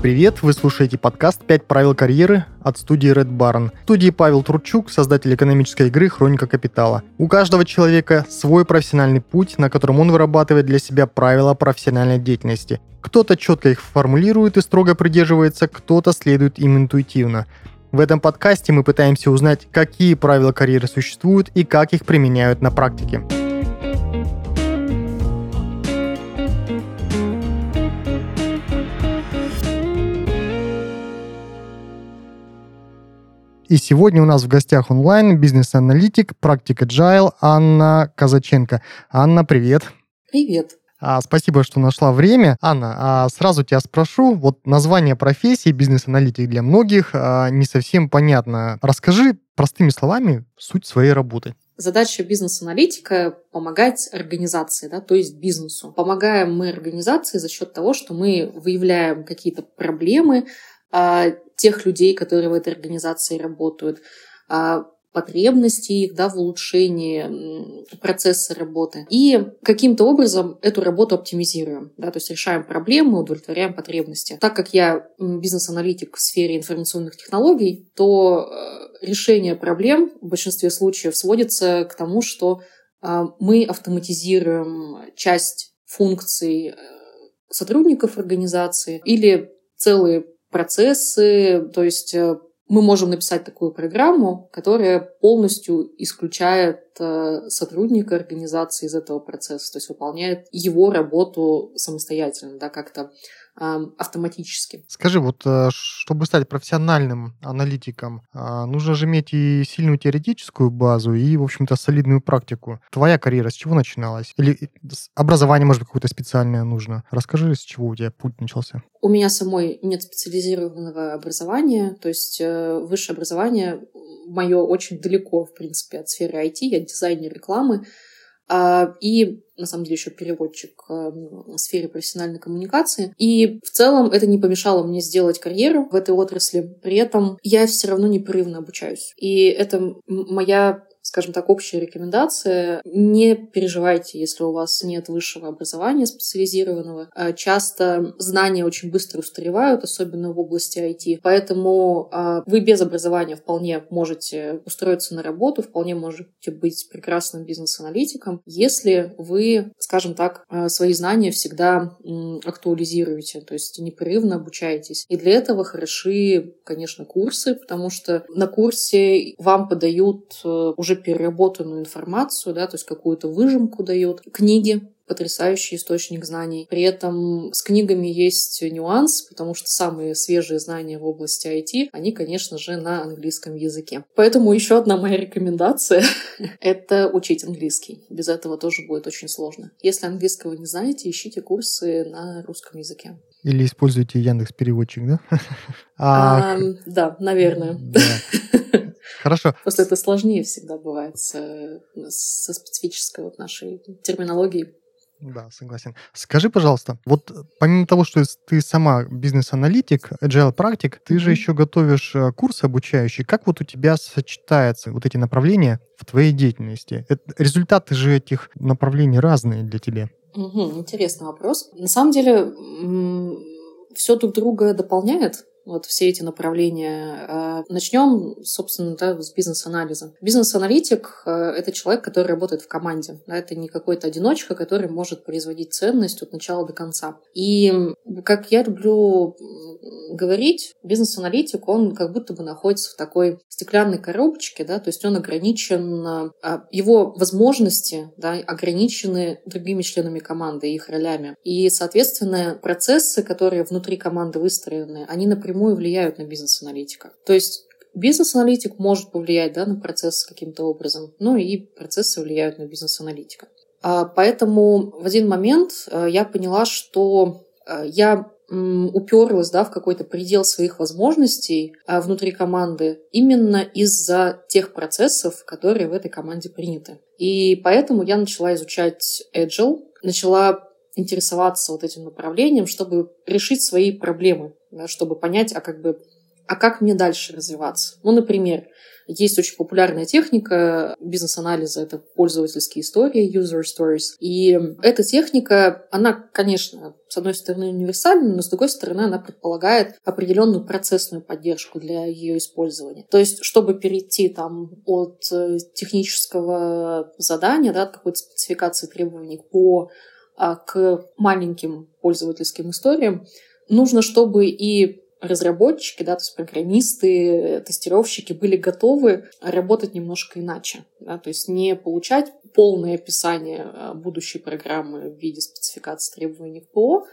Привет, вы слушаете подкаст «5 правил карьеры» от студии Red Barn. В студии Павел Тручук, создатель экономической игры «Хроника капитала». У каждого человека свой профессиональный путь, на котором он вырабатывает для себя правила профессиональной деятельности. Кто-то четко их формулирует и строго придерживается, кто-то следует им интуитивно. В этом подкасте мы пытаемся узнать, какие правила карьеры существуют и как их применяют на практике. И сегодня у нас в гостях онлайн бизнес-аналитик, практик Agile Анна Казаченко. Анна, привет. Привет. Спасибо, что нашла время. Анна, сразу тебя спрошу, вот название профессии бизнес-аналитик для многих не совсем понятно. Расскажи простыми словами суть своей работы. Задача бизнес-аналитика – помогать организации, то есть бизнесу. Помогаем мы организации за счет того, что мы выявляем какие-то проблемы тех людей, которые в этой организации работают, потребности их в улучшении процесса работы. И каким-то образом эту работу оптимизируем, то есть решаем проблемы, удовлетворяем потребности. Так как я бизнес-аналитик в сфере информационных технологий, то решение проблем в большинстве случаев сводится к тому, что мы автоматизируем часть функций сотрудников организации или целые процессы, то есть мы можем написать такую программу, которая полностью исключает сотрудника организации из этого процесса, то есть выполняет его работу самостоятельно, как-то автоматически. Скажи, вот чтобы стать профессиональным аналитиком, нужно же иметь и сильную теоретическую базу, и, в общем-то, солидную практику. Твоя карьера с чего начиналась? Или образование, может быть, какое-то специальное нужно? Расскажи, с чего у тебя путь начался. У меня самой нет специализированного образования, то есть высшее образование мое очень далеко, в принципе, от сферы IT, я дизайнер рекламы, и, на самом деле, еще переводчик в сфере профессиональной коммуникации. И в целом это не помешало мне сделать карьеру в этой отрасли. При этом я все равно непрерывно обучаюсь. И это моя, скажем так, общая рекомендация. Не переживайте, если у вас нет высшего образования специализированного. Часто знания очень быстро устаревают, особенно в области IT. Поэтому вы без образования вполне можете устроиться на работу, вполне можете быть прекрасным бизнес-аналитиком, если вы, скажем так, свои знания всегда актуализируете, то есть непрерывно обучаетесь. И для этого хороши, конечно, курсы, потому что на курсе вам подают уже переработанную информацию, то есть какую-то выжимку дают. Книги — потрясающий источник знаний. При этом с книгами есть нюанс, потому что самые свежие знания в области IT, они, конечно же, на английском языке. Поэтому еще одна моя рекомендация — это учить английский. Без этого тоже будет очень сложно. Если английского не знаете, ищите курсы на русском языке. Или используйте Яндекс.Переводчик, да? Да, наверное. Хорошо. Просто это сложнее всегда бывает со специфической нашей терминологией. Да, согласен. Скажи, пожалуйста, вот помимо того, что ты сама бизнес-аналитик, agile-практик, ты же еще готовишь курсы обучающие. Как вот у тебя сочетаются вот эти направления в твоей деятельности? Результаты же этих направлений разные для тебя. Интересный вопрос. На самом деле все друг друга дополняет. Вот все эти направления. Начнем, собственно, с бизнес-анализа. Бизнес-аналитик — это человек, который работает в команде. Это не какой-то одиночка, который может производить ценность от начала до конца. И, как я люблю говорить, бизнес-аналитик, он как будто бы находится в такой стеклянной коробочке, то есть он ограничен, его возможности ограничены другими членами команды, их ролями. И, соответственно, процессы, которые внутри команды выстроены, они напрямую влияют на бизнес-аналитика. То есть бизнес-аналитик может повлиять на процесс каким-то образом, но и процессы влияют на бизнес-аналитика. Поэтому в один момент я поняла, что я уперлась в какой-то предел своих возможностей внутри команды именно из-за тех процессов, которые в этой команде приняты. И поэтому я начала изучать Agile, начала интересоваться этим направлением, чтобы решить свои проблемы, чтобы понять, а как мне дальше развиваться? Ну, например, есть очень популярная техника бизнес-анализа, это пользовательские истории, user stories. И эта техника, она, конечно, с одной стороны универсальна, но с другой стороны она предполагает определенную процессную поддержку для ее использования. То есть, чтобы перейти там от технического задания, да, от какой-то спецификации требований к маленьким пользовательским историям, нужно, чтобы и разработчики, да, то есть программисты, тестировщики были готовы работать немножко иначе. Да, то есть не получать полное описание будущей программы в виде спецификации требований к ПО,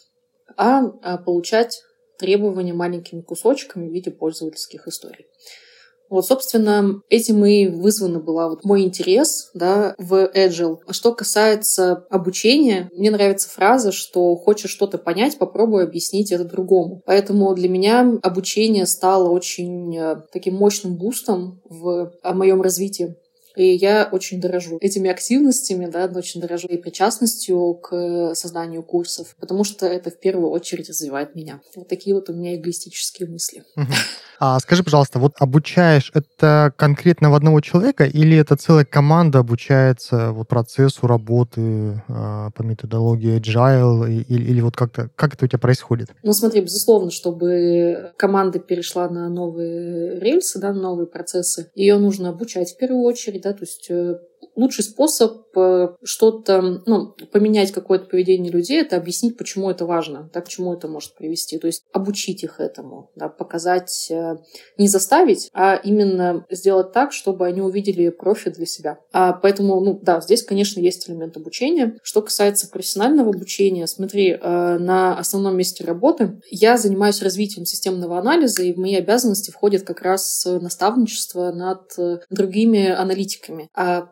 а получать требования маленькими кусочками в виде пользовательских историй. Вот, собственно, этим и вызван был мой интерес, да, в Agile. Что касается обучения, мне нравится фраза, что хочешь что-то понять, попробуй объяснить это другому. Поэтому для меня обучение стало очень таким мощным бустом в моем развитии. И я очень дорожу этими активностями, да, очень дорожу и причастностью к созданию курсов, потому что это в первую очередь развивает меня. Вот такие вот у меня эгоистические мысли. А скажи, пожалуйста, вот обучаешь это конкретно в одного человека или это целая команда обучается вот процессу работы по методологии Agile или вот как это у тебя происходит? Ну, смотри, безусловно, чтобы команда перешла на новые рельсы, да, на новые процессы, ее нужно обучать в первую очередь, да, то есть лучший способ что-то, поменять какое-то поведение людей, это объяснить, почему это важно, да, к чему это может привести. То есть обучить их этому, да, показать, не заставить, а именно сделать так, чтобы они увидели профит для себя. Поэтому, здесь, конечно, есть элемент обучения. Что касается профессионального обучения, смотри, на основном месте работы я занимаюсь развитием системного анализа, и в мои обязанности входит как раз наставничество над другими аналитиками.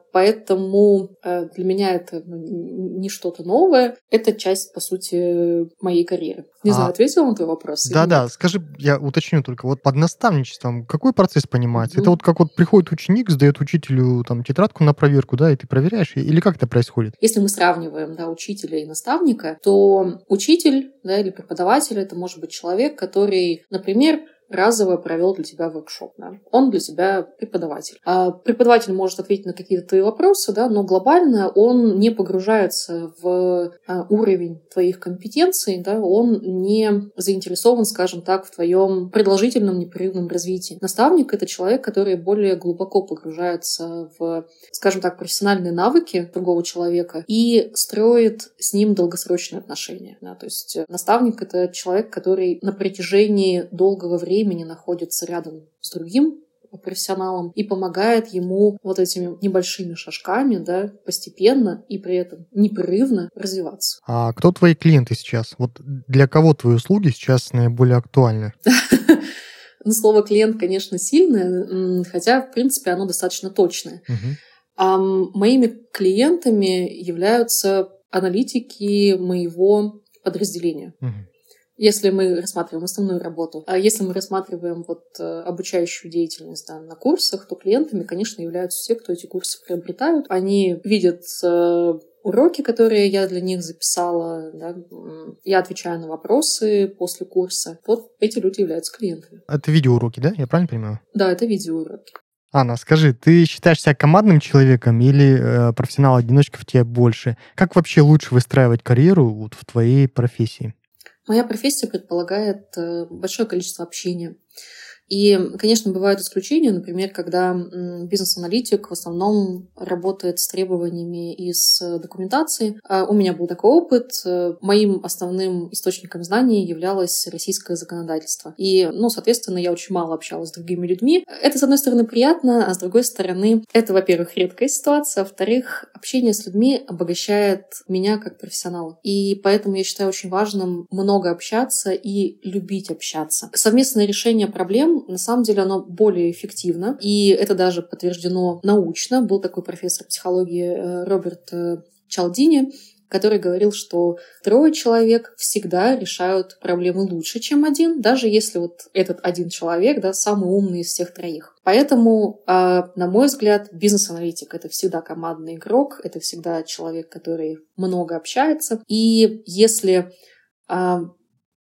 Поэтому для меня это не что-то новое. Это часть, по сути, моей карьеры. Не знаю, ответила на твой вопрос? Да, скажи, я уточню только, вот под наставничеством какой процесс понимается? Это вот как вот приходит ученик, сдает учителю там тетрадку на проверку, да, и ты проверяешь, или как это происходит? Если мы сравниваем, да, учителя и наставника, то учитель, да, или преподаватель — это может быть человек, который, например, разово провел для тебя воркшоп. Да? Он для тебя преподаватель. Преподаватель может ответить на какие-то твои вопросы, да, но глобально он не погружается в уровень твоих компетенций, да, он не заинтересован, скажем так, в твоем продолжительном непрерывном развитии. Наставник — это человек, который более глубоко погружается в, скажем так, профессиональные навыки другого человека и строит с ним долгосрочные отношения. Да? То есть наставник — это человек, который на протяжении долгого времени находится рядом с другим профессионалом и помогает ему вот этими небольшими шажками, да, постепенно и при этом непрерывно развиваться. А кто твои клиенты сейчас? Вот для кого твои услуги сейчас наиболее актуальны? Слово «клиент», конечно, сильное, хотя, в принципе, оно достаточно точное. Моими клиентами являются аналитики моего подразделения. Если мы рассматриваем основную работу. А если мы рассматриваем обучающую деятельность, да, на курсах, то клиентами, конечно, являются те, кто эти курсы приобретают. Они видят уроки, которые я для них записала, да, я отвечаю на вопросы после курса. Вот эти люди являются клиентами. Это видеоуроки, да? Я правильно понимаю? Да, это видеоуроки. Анна, скажи, ты считаешь себя командным человеком или профессионал-одиночка в тебе больше? Как вообще лучше выстраивать карьеру вот в твоей профессии? Моя профессия предполагает большое количество общения. И, конечно, бывают исключения, например, когда бизнес-аналитик в основном работает с требованиями из документации. У меня был такой опыт. Моим основным источником знаний являлось российское законодательство. И, соответственно, я очень мало общалась с другими людьми. Это, с одной стороны, приятно, а с другой стороны, это, во-первых, редкая ситуация, а во-вторых, общение с людьми обогащает меня как профессионала. И поэтому я считаю очень важным много общаться и любить общаться. Совместное решение проблем, на самом деле, оно более эффективно, и это даже подтверждено научно. Был такой профессор психологии Роберт Чалдини, который говорил, что 3 человек всегда решают проблемы лучше, чем 1, даже если этот 1 человек, да, самый умный из всех 3. Поэтому, на мой взгляд, бизнес-аналитик — это всегда командный игрок, это всегда человек, который много общается. И если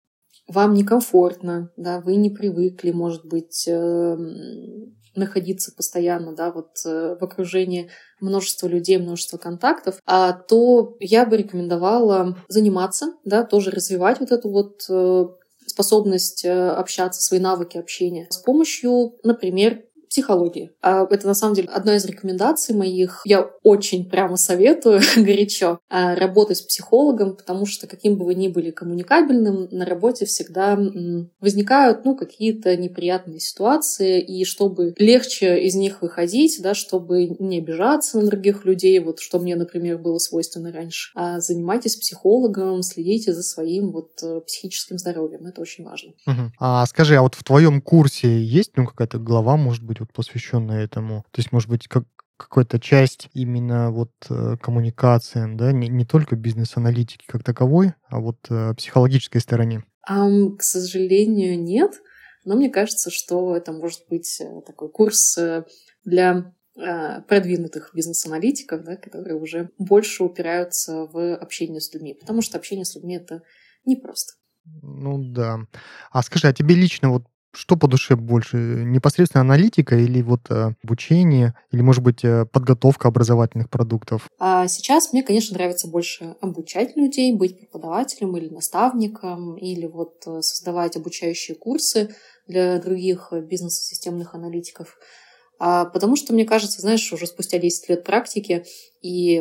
вам некомфортно, да, вы не привыкли, может быть, находиться постоянно, да, вот в окружении множества людей, множества контактов, то я бы рекомендовала заниматься, да, тоже развивать вот эту вот способность общаться, свои навыки общения с помощью, например, психологии. Это, на самом деле, одна из рекомендаций моих. Я очень прямо советую горячо работать с психологом, потому что каким бы вы ни были коммуникабельным, на работе всегда возникают какие-то неприятные ситуации, и чтобы легче из них выходить, да, чтобы не обижаться на других людей, вот что мне, например, было свойственно раньше, занимайтесь психологом, следите за своим психическим здоровьем. Это очень важно. Угу. Скажи, вот в твоем курсе есть какая-то глава, может быть, посвященная этому? То есть, может быть, какая-то часть именно коммуникациям, да, не только бизнес-аналитики как таковой, а психологической стороне? К сожалению, нет. Но мне кажется, что это может быть такой курс для продвинутых бизнес-аналитиков, да, которые уже больше упираются в общение с людьми. Потому что общение с людьми — это непросто. Да. Скажи, тебе лично что по душе больше? Непосредственно аналитика или обучение, или, может быть, подготовка образовательных продуктов? Сейчас мне, конечно, нравится больше обучать людей, быть преподавателем или наставником, или создавать обучающие курсы для других бизнес-системных аналитиков. Потому что, мне кажется, знаешь, уже спустя 10 лет практики и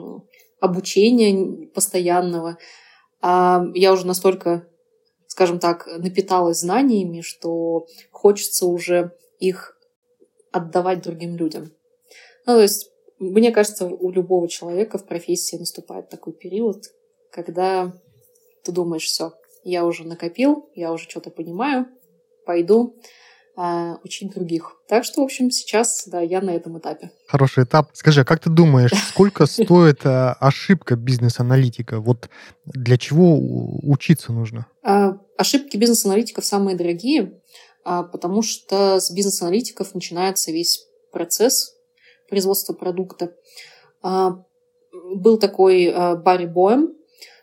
обучения постоянного, я уже настолько, скажем так, напиталась знаниями, что хочется уже их отдавать другим людям. То есть, мне кажется, у любого человека в профессии наступает такой период, когда ты думаешь: все, я уже накопил, я уже что-то понимаю, пойду учить других. Так что, в общем, сейчас, да, я на этом этапе. Хороший этап. Скажи, как ты думаешь, сколько стоит ошибка бизнес-аналитика? Для чего учиться нужно? Ошибки бизнес-аналитиков самые дорогие, потому что с бизнес-аналитиков начинается весь процесс производства продукта. Был такой Барри Боэм,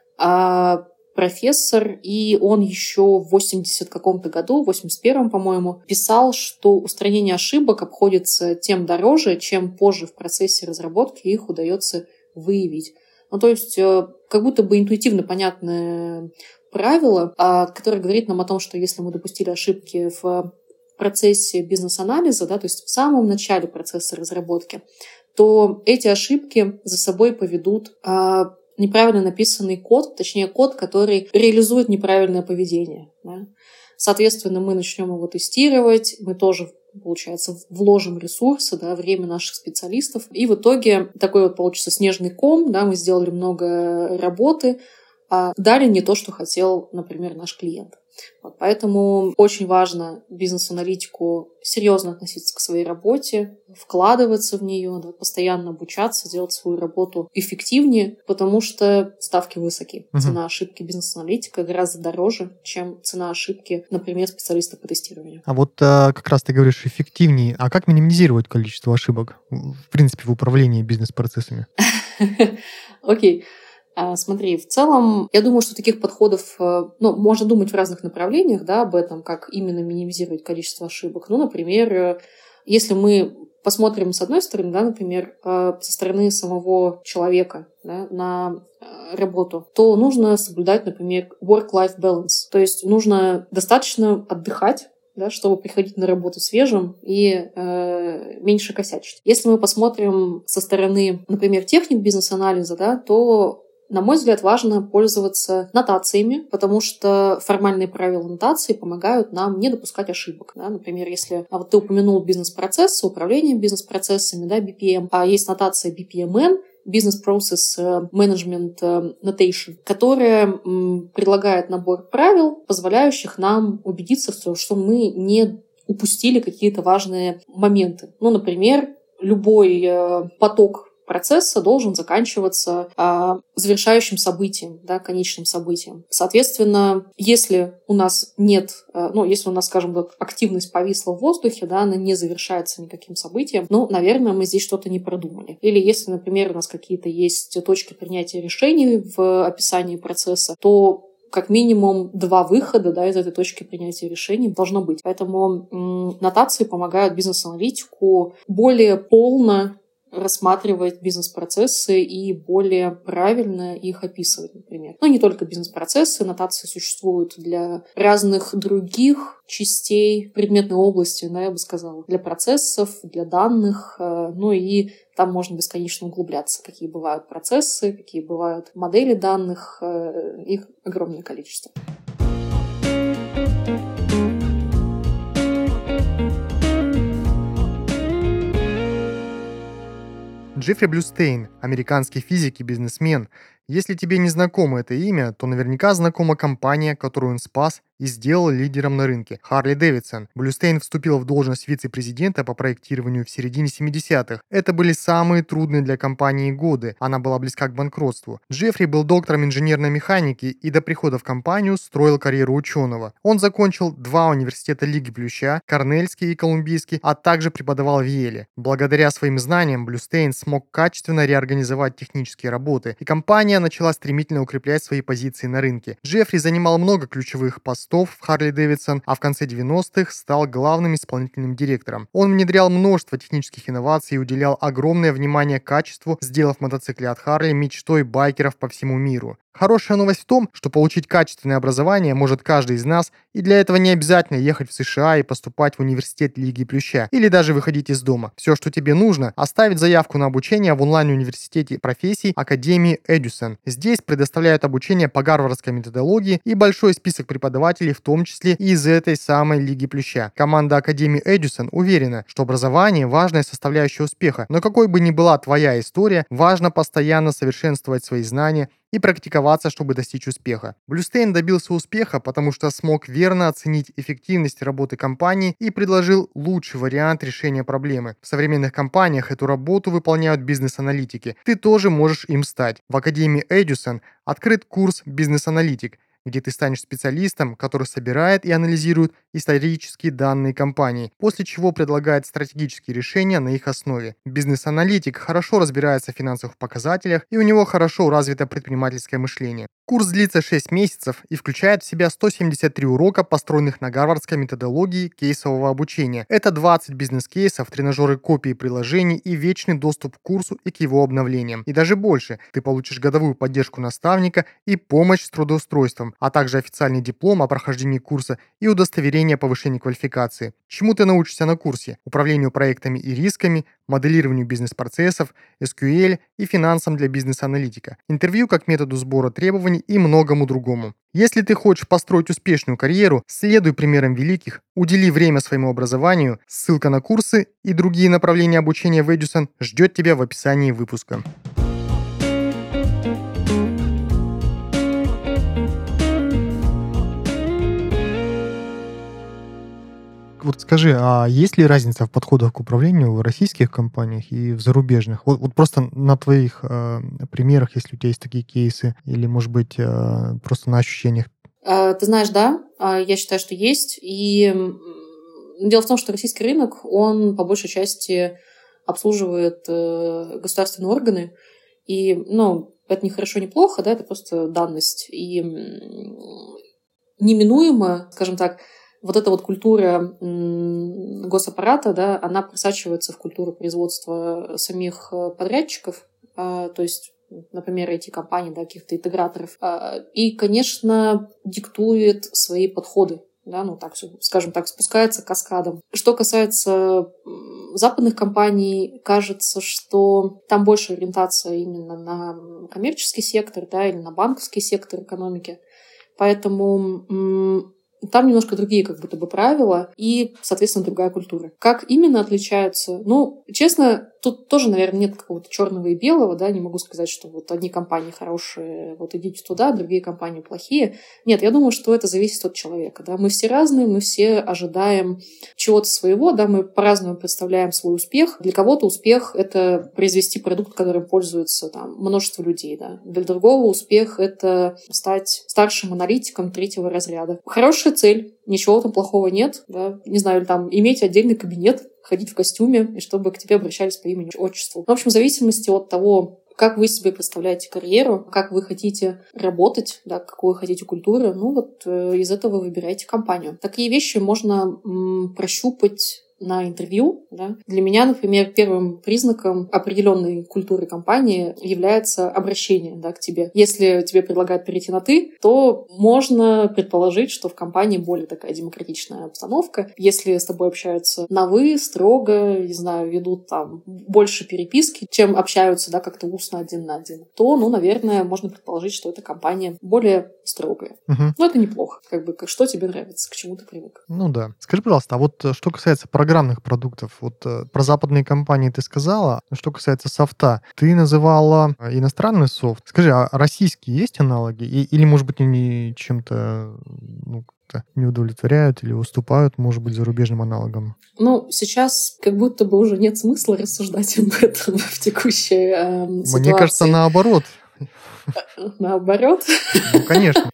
профессор, и он еще в 80 каком-то году, в 81-м, по-моему, писал, что устранение ошибок обходится тем дороже, чем позже в процессе разработки их удается выявить. То есть как будто бы интуитивно понятное правило, которое говорит нам о том, что если мы допустили ошибки в процессе бизнес-анализа, да, то есть в самом начале процесса разработки, то эти ошибки за собой поведут неправильно написанный код, точнее код, который реализует неправильное поведение. Да. Соответственно, мы начнем его тестировать, мы тоже, получается, вложим ресурсы, да, время наших специалистов, и в итоге такой получится снежный ком, да, мы сделали много работы, а дали не то, что хотел, например, наш клиент. Поэтому очень важно бизнес-аналитику серьезно относиться к своей работе, вкладываться в нее, да, постоянно обучаться, делать свою работу эффективнее, потому что ставки высоки. Цена ошибки бизнес-аналитика гораздо дороже, чем цена ошибки, например, специалиста по тестированию. Как раз ты говоришь эффективнее. А как минимизировать количество ошибок, в принципе, в управлении бизнес-процессами? Окей. Смотри, в целом, я думаю, что таких подходов, можно думать в разных направлениях, да, об этом, как именно минимизировать количество ошибок. Например, если мы посмотрим с одной стороны, да, например, со стороны самого человека, да, на работу, то нужно соблюдать, например, work-life balance. То есть нужно достаточно отдыхать, да, чтобы приходить на работу свежим и меньше косячить. Если мы посмотрим со стороны, например, техник бизнес-анализа, да, то, на мой взгляд, важно пользоваться нотациями, потому что формальные правила нотации помогают нам не допускать ошибок. Да? Например, если ты упомянул бизнес-процессы, управление бизнес-процессами, да, BPM, а есть нотация BPMN, Business Process Management Notation, которая предлагает набор правил, позволяющих нам убедиться, что мы не упустили какие-то важные моменты. Например, любой поток процесса должен заканчиваться завершающим событием, да, конечным событием. Соответственно, если у нас нет, если у нас, скажем так, активность повисла в воздухе, да, она не завершается никаким событием, наверное, мы здесь что-то не продумали. Или если, например, у нас какие-то есть точки принятия решений в описании процесса, то как минимум 2 выхода, да, из этой точки принятия решений должно быть. Поэтому нотации помогают бизнес-аналитику более полно рассматривать бизнес-процессы и более правильно их описывать, например. Но не только бизнес-процессы, нотации существуют для разных других частей предметной области, да, я бы сказала, для процессов, для данных, ну и там можно бесконечно углубляться, какие бывают процессы, какие бывают модели данных, их огромное количество. Джеффри Блюстейн, американский физик и бизнесмен. Если тебе не знакомо это имя, то наверняка знакома компания, которую он спас и сделал лидером на рынке – Harley-Davidson. Блюстейн вступил в должность вице-президента по проектированию в середине 70-х. Это были самые трудные для компании годы, она была близка к банкротству. Джеффри был доктором инженерной механики и до прихода в компанию строил карьеру ученого. Он закончил 2 университета Лиги Плюща – Корнельский и Колумбийский, а также преподавал в Йеле. Благодаря своим знаниям Блюстейн смог качественно реорганизовать технические работы, и компания начала стремительно укреплять свои позиции на рынке. Джеффри занимал много ключевых постов в Harley-Davidson, а в конце 90-х стал главным исполнительным директором. Он внедрял множество технических инноваций и уделял огромное внимание качеству, сделав мотоциклы от Harley мечтой байкеров по всему миру. Хорошая новость в том, что получить качественное образование может каждый из нас, и для этого не обязательно ехать в США и поступать в университет Лиги Плюща, или даже выходить из дома. Все, что тебе нужно, оставить заявку на обучение в онлайн-университете профессий Академии Эдюсон. Здесь предоставляют обучение по гарвардской методологии и большой список преподавателей, в том числе и из этой самой Лиги Плюща. Команда Академии Эдюсон уверена, что образование – важная составляющая успеха, но какой бы ни была твоя история, важно постоянно совершенствовать свои знания и практиковаться, чтобы достичь успеха. Блюстейн добился успеха, потому что смог верно оценить эффективность работы компании и предложил лучший вариант решения проблемы. В современных компаниях эту работу выполняют бизнес-аналитики. Ты тоже можешь им стать. В Академии Эдюсон открыт курс «Бизнес-аналитик», где ты станешь специалистом, который собирает и анализирует исторические данные компании, после чего предлагает стратегические решения на их основе. Бизнес-аналитик хорошо разбирается в финансовых показателях, и у него хорошо развито предпринимательское мышление. Курс длится 6 месяцев и включает в себя 173 урока, построенных на гарвардской методологии кейсового обучения. Это 20 бизнес-кейсов, тренажеры копий приложений и вечный доступ к курсу и к его обновлениям. И даже больше, ты получишь годовую поддержку наставника и помощь с трудоустройством, а также официальный диплом о прохождении курса и удостоверение о повышении квалификации. Чему ты научишься на курсе? Управлению проектами и рисками, моделированию бизнес-процессов, SQL и финансам для бизнес-аналитика, интервью как методу сбора требований и многому другому. Если ты хочешь построить успешную карьеру, следуй примерам великих, удели время своему образованию, ссылка на курсы и другие направления обучения в Эдюсон ждет тебя в описании выпуска. Вот скажи, а есть ли разница в подходах к управлению в российских компаниях и в зарубежных? Вот просто на твоих примерах, если у тебя есть такие кейсы, или, может быть, просто на ощущениях? Ты знаешь, да, я считаю, что есть. И дело в том, что российский рынок, он по большей части обслуживает государственные органы. И, это не хорошо, не плохо, да, это просто данность. И неминуемо, скажем так, вот эта вот культура госаппарата, да, она просачивается в культуру производства самих подрядчиков, то есть, например, IT-компаний, да, каких-то интеграторов, и, конечно, диктует свои подходы, да, так, скажем так, спускается каскадом. Что касается западных компаний, кажется, что там больше ориентация именно на коммерческий сектор, да, или на банковский сектор экономики, поэтому там немножко другие как будто бы правила и, соответственно, другая культура. Как именно отличаются? Честно, тут тоже, наверное, нет какого-то черного и белого, да, не могу сказать, что вот одни компании хорошие, вот идите туда, другие компании плохие. Нет, я думаю, что это зависит от человека, да. Мы все разные, мы все ожидаем чего-то своего, да, мы по-разному представляем свой успех. Для кого-то успех — это произвести продукт, которым пользуется там множество людей, да. Для другого успех — это стать старшим аналитиком 3-го разряда. Хорошая цель, ничего там плохого нет, да, не знаю, там иметь отдельный кабинет, ходить в костюме, и чтобы к тебе обращались по имени, отчеству. В общем, в зависимости от того, как вы себе представляете карьеру, как вы хотите работать, да, какую хотите культуру, из этого выбирайте компанию. Такие вещи можно прощупать на интервью. Да. Для меня, например, первым признаком определенной культуры компании является обращение, да, к тебе. Если тебе предлагают перейти на «ты», то можно предположить, что в компании более такая демократичная обстановка. Если с тобой общаются на «вы», строго, не знаю, ведут там больше переписки, чем общаются, да, как-то устно один на один, то, наверное, можно предположить, что эта компания более строгая. Но это неплохо. Что тебе нравится, к чему ты привык. Да. Скажи, пожалуйста, а вот что касается программных продуктов, про западные компании ты сказала, что касается софта, ты называла иностранный софт. Скажи, а российские есть аналоги? Или, может быть, они чем-то как-то не удовлетворяют или уступают, может быть, зарубежным аналогам? Сейчас как будто бы уже нет смысла рассуждать об этом в текущей ситуации. Мне кажется, наоборот. Наоборот? Конечно.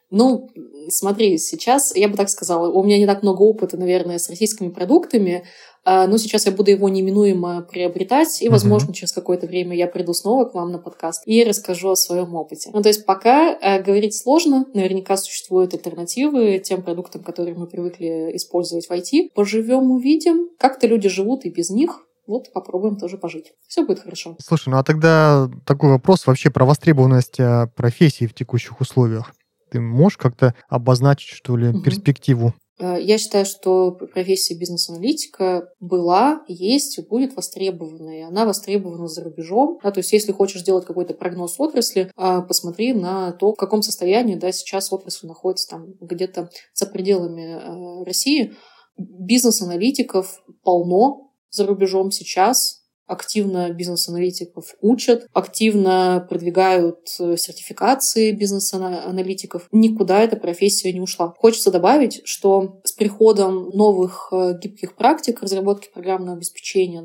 Смотри, сейчас, я бы так сказала, у меня не так много опыта, наверное, с российскими продуктами, но сейчас я буду его неминуемо приобретать, и, возможно, через какое-то время я приду снова к вам на подкаст и расскажу о своем опыте. То есть пока говорить сложно, наверняка существуют альтернативы тем продуктам, которые мы привыкли использовать в IT. Поживем, увидим. Как-то люди живут и без них. Попробуем тоже пожить. Все будет хорошо. Слушай, а тогда такой вопрос вообще про востребованность профессии в текущих условиях. Ты можешь как-то обозначить, что ли, перспективу? Я считаю, что профессия бизнес-аналитика была, есть и будет востребована. И она востребована за рубежом. То есть, если хочешь сделать какой-то прогноз отрасли, посмотри на то, в каком состоянии сейчас отрасль находится там где-то за пределами России. Бизнес-аналитиков полно за рубежом сейчас. Активно бизнес-аналитиков учат, активно продвигают сертификации бизнес-аналитиков. Никуда эта профессия не ушла. Хочется добавить, что с приходом новых гибких практик разработки программного обеспечения,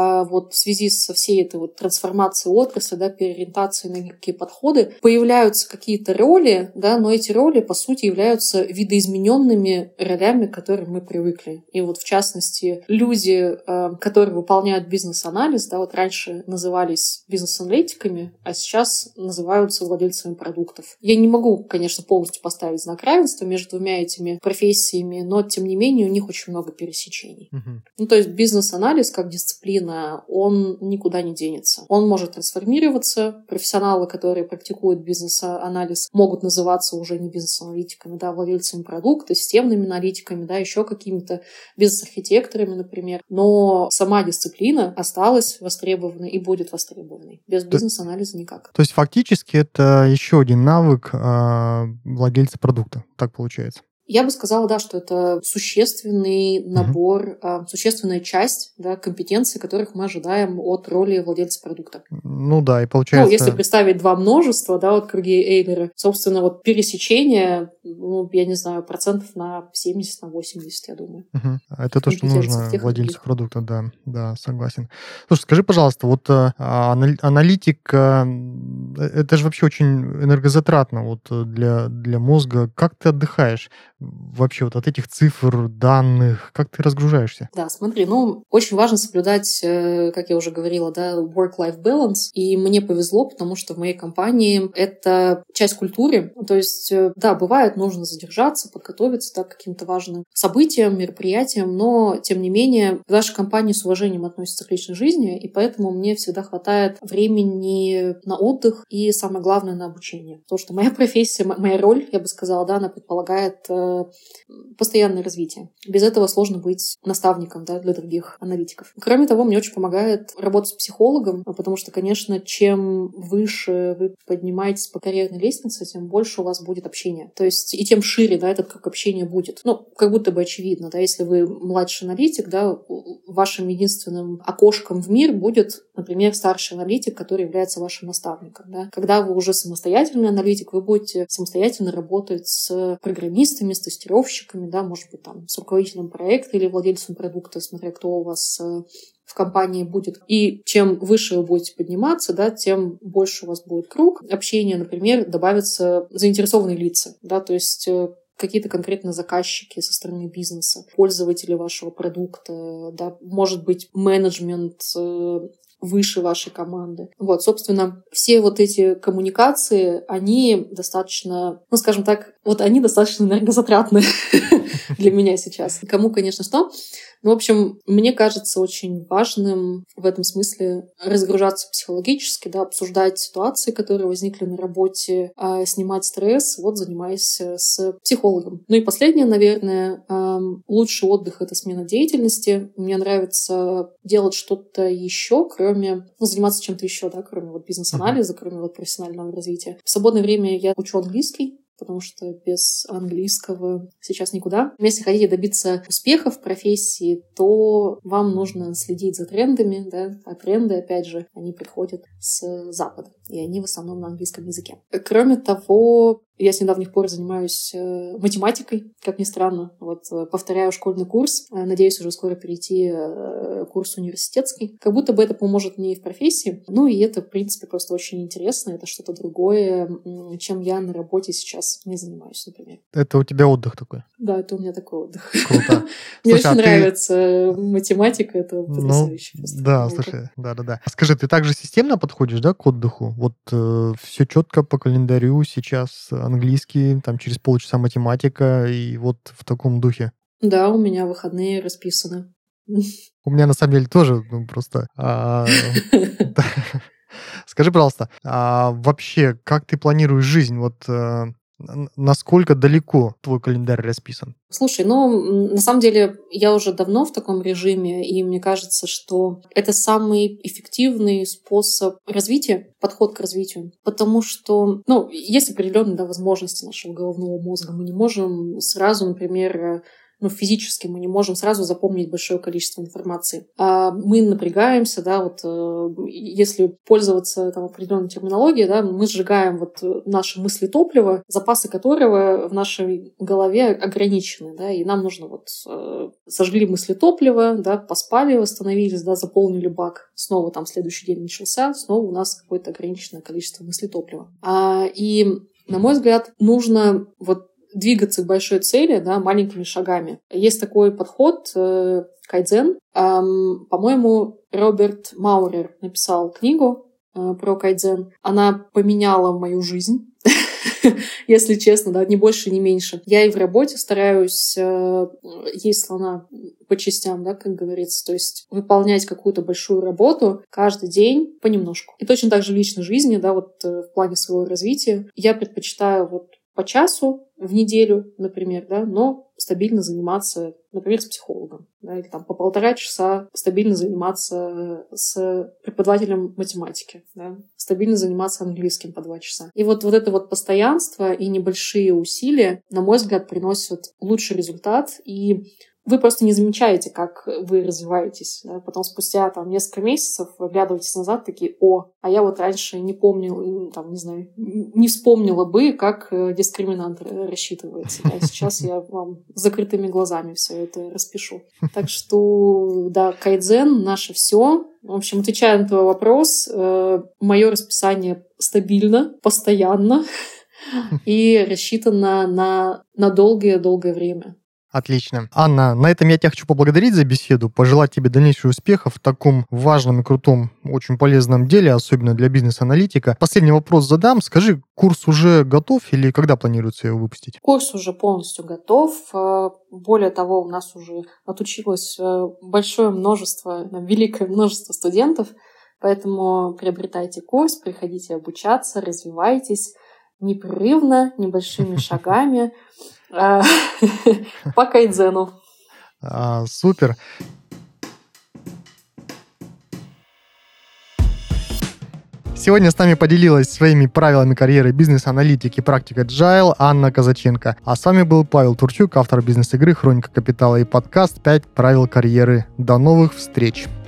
в связи со всей этой трансформацией отрасли, переориентацией на гибкие подходы, появляются какие-то роли, но эти роли, по сути, являются видоизмененными ролями, к которым мы привыкли. И в частности, люди, которые выполняют бизнес-анализ, раньше назывались бизнес-аналитиками, а сейчас называются владельцами продуктов. Я не могу, конечно, полностью поставить знак равенства между двумя этими профессиями, но, тем не менее, у них очень много пересечений. То есть бизнес-анализ как дисциплина, он никуда не денется. Он может трансформироваться. Профессионалы, которые практикуют бизнес-анализ, могут называться уже не бизнес-аналитиками, владельцами продукта, системными аналитиками, еще какими-то бизнес-архитекторами, например. Но сама дисциплина осталась востребованной и будет востребованной. Без бизнес-анализа никак. То есть фактически это еще один навык владельца продукта, так получается? Я бы сказала, что это существенный набор, существенная часть компетенций, которых мы ожидаем от роли владельца продукта. И получается... если представить два множества, круги Эйлера, собственно, пересечение, я не знаю, процентов на 70, на 80, я думаю. Это то, что нужно владельцу продукта, да, согласен. Слушай, скажи, пожалуйста, аналитика, это же вообще очень энергозатратно для мозга. Как ты отдыхаешь? Вообще от этих цифр, данных, как ты разгружаешься? Да, смотри, очень важно соблюдать, как я уже говорила, work-life balance, и мне повезло, потому что в моей компании это часть культуры, то есть, бывает, нужно задержаться, подготовиться к каким-то важным событиям, мероприятиям, но, тем не менее, в нашей компании с уважением относятся к личной жизни, и поэтому мне всегда хватает времени на отдых и, самое главное, на обучение. Потому что моя профессия, моя роль, я бы сказала, она предполагает постоянное развитие. Без этого сложно быть наставником для других аналитиков. Кроме того, мне очень помогает работа с психологом, потому что, конечно, чем выше вы поднимаетесь по карьерной лестнице, тем больше у вас будет общения. То есть и тем шире этот круг общения будет. Как будто бы очевидно, если вы младший аналитик, вашим единственным окошком в мир будет, например, старший аналитик, который является вашим наставником. Когда вы уже самостоятельный аналитик, вы будете самостоятельно работать с программистами, с тестировщиками, может быть, с руководителем проекта или владельцем продукта, смотря кто у вас в компании будет. И чем выше вы будете подниматься, тем больше у вас будет круг общения. Например, добавятся заинтересованные лица, то есть какие-то конкретно заказчики со стороны бизнеса, пользователи вашего продукта, может быть, менеджмент выше вашей команды. Вот, собственно, все вот эти коммуникации, они достаточно, ну, скажем так, вот они достаточно энергозатратны для меня сейчас. Кому, конечно, что. Ну, в общем, мне кажется очень важным в этом смысле разгружаться психологически, да, обсуждать ситуации, которые возникли на работе, снимать стресс, вот занимаясь с психологом. Ну и последнее, наверное, лучший отдых — это смена деятельности. Мне нравится делать что-то еще, кроме, ну, заниматься чем-то еще, да, кроме вот бизнес-анализа, кроме вот профессионального развития. В свободное время я учу английский, потому что без английского сейчас никуда. Если хотите добиться успеха в профессии, то вам нужно следить за трендами, да, а тренды, опять же, они приходят с Запада, и они в основном на английском языке. Кроме того, я с недавних пор занимаюсь математикой, как ни странно. Вот повторяю школьный курс. Надеюсь уже скоро перейти курс университетский. Как будто бы это поможет мне и в профессии. Ну и это, в принципе, просто очень интересно. Это что-то другое, чем я на работе сейчас не занимаюсь, например. Это у тебя отдых такой? Да, это у меня такой отдых. Круто. Мне очень нравится математика. Это потрясающе. Да, слушай, да. Скажи, ты также системно подходишь, да, к отдыху? Вот все четко по календарю сейчас, английский, там через полчаса математика, и вот в таком духе. Да, у меня выходные расписаны. У меня на самом деле тоже, просто... Скажи, пожалуйста, вообще, как ты планируешь жизнь? Вот насколько далеко твой календарь расписан? Слушай, на самом деле я уже давно в таком режиме, и мне кажется, что это самый эффективный способ развития, подход к развитию. Потому что, есть определенные возможности нашего головного мозга. Мы не можем сразу, например, физически мы не можем сразу запомнить большое количество информации. А мы напрягаемся, да, вот если пользоваться определенной терминологией, да, мы сжигаем наши мысли топлива, запасы которого в нашей голове ограничены, да, и нам нужно сожгли мысли топлива, да, поспали, восстановились, да, заполнили бак, снова следующий день начался, снова у нас какое-то ограниченное количество мысли топлива. И, на мой взгляд, нужно двигаться к большой цели, да, маленькими шагами. Есть такой подход кайдзен. По-моему, Роберт Маурер написал книгу про кайдзен. Она поменяла мою жизнь, если честно, да, ни больше, ни меньше. Я и в работе стараюсь есть слона по частям, да, как говорится, то есть выполнять какую-то большую работу каждый день понемножку. И точно так же в личной жизни, да, в плане своего развития я предпочитаю по часу в неделю, например, да, но стабильно заниматься, например, с психологом, да, или по 1,5 часа стабильно заниматься с преподавателем математики, да, стабильно заниматься английским по 2 часа. И вот это постоянство и небольшие усилия, на мой взгляд, приносят лучший результат, и вы просто не замечаете, как вы развиваетесь. Да? Потом спустя несколько месяцев вы оглядываетесь назад, такие: а я раньше не помнила, не вспомнила бы, как дискриминант рассчитывается. А сейчас я вам с закрытыми глазами все это распишу. Так что, да, кайдзен — наше все. В общем, отвечая на твой вопрос, мое расписание стабильно, постоянно и рассчитано на долгое-долгое время. Отлично. Анна, на этом я тебя хочу поблагодарить за беседу, пожелать тебе дальнейших успехов в таком важном и крутом, очень полезном деле, особенно для бизнес-аналитика. Последний вопрос задам. Скажи, курс уже готов или когда планируется его выпустить? Курс уже полностью готов. Более того, у нас уже отучилось великое множество студентов, поэтому приобретайте курс, приходите обучаться, развивайтесь непрерывно, небольшими шагами. По кайдзену. Супер. Сегодня с нами поделилась своими правилами карьеры бизнес-аналитики и практик Agile Анна Казаченко. А с вами был Павел Турчук, автор бизнес-игры «Хроника капитала» и подкаст «5 правил карьеры». До новых встреч!